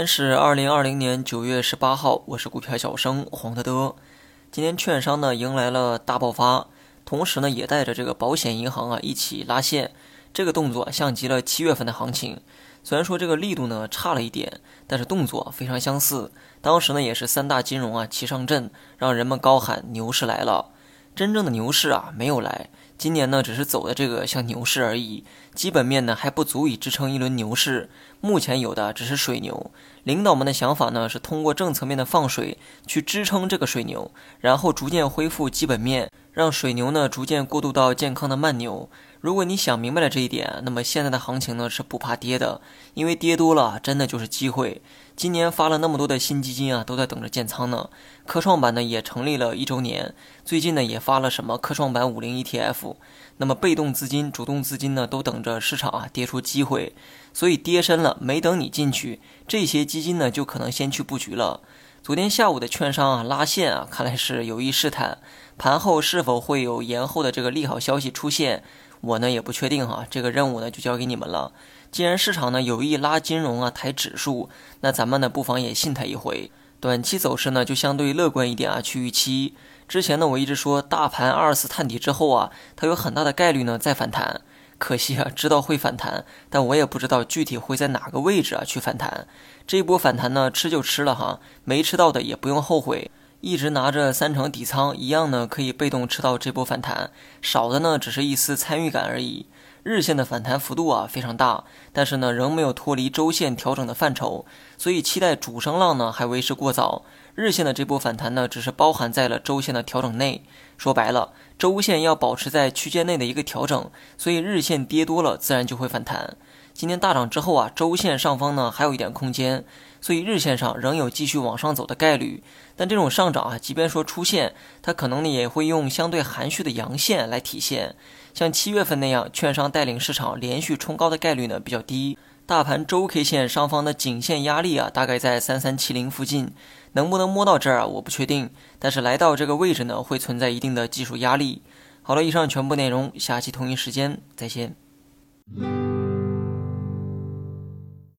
天是2020年9月18号，我是股票小生黄德德。今天券商呢迎来了大爆发，同时呢也带着这个保险银行一起拉线，这个动作像极了7月份的行情。虽然说这个力度呢差了一点，但是动作非常相似。当时呢也是三大金融齐上阵，让人们高喊牛市来了。真正的牛市没有来，今年呢只是走的这个像牛市而已，基本面呢还不足以支撑一轮牛市，目前有的只是水牛。领导们的想法呢是通过政策面的放水去支撑这个水牛，然后逐渐恢复基本面，让水牛呢逐渐过渡到健康的慢牛。如果你想明白了这一点，那么现在的行情呢是不怕跌的，因为跌多了真的就是机会。今年发了那么多的新基金都在等着建仓呢。科创板呢也成立了1周年，最近呢也发了什么科创板50 ETF。那么被动资金、主动资金呢都等着市场跌出机会，所以跌深了没等你进去，这些基金呢就可能先去布局了。昨天下午的券商拉线看来是有意试探，盘后是否会有延后的这个利好消息出现，我呢也不确定这个任务呢就交给你们了。既然市场呢有意拉金融抬指数，那咱们呢不妨也信它一回。短期走势呢就相对乐观一点去预期。之前呢我一直说大盘2次探底之后它有很大的概率呢再反弹。可惜知道会反弹，但我也不知道具体会在哪个位置去反弹。这一波反弹呢吃就吃了没吃到的也不用后悔。一直拿着3成底仓一样呢可以被动吃到这波反弹，少的呢只是一丝参与感而已。日线的反弹幅度非常大，但是呢仍没有脱离周线调整的范畴，所以期待主升浪呢还为时过早。日线的这波反弹呢只是包含在了周线的调整内，说白了周线要保持在区间内的一个调整，所以日线跌多了自然就会反弹。今天大涨之后周线上方呢还有一点空间，所以日线上仍有继续往上走的概率。但这种上涨即便说出现，它可能呢也会用相对含蓄的阳线来体现。像7月份那样，券商带领市场连续冲高的概率呢比较低。大盘周 K 线上方的颈线压力大概在3370附近，能不能摸到这儿我不确定，但是来到这个位置呢会存在一定的技术压力。好了，以上全部内容，下期同一时间再见。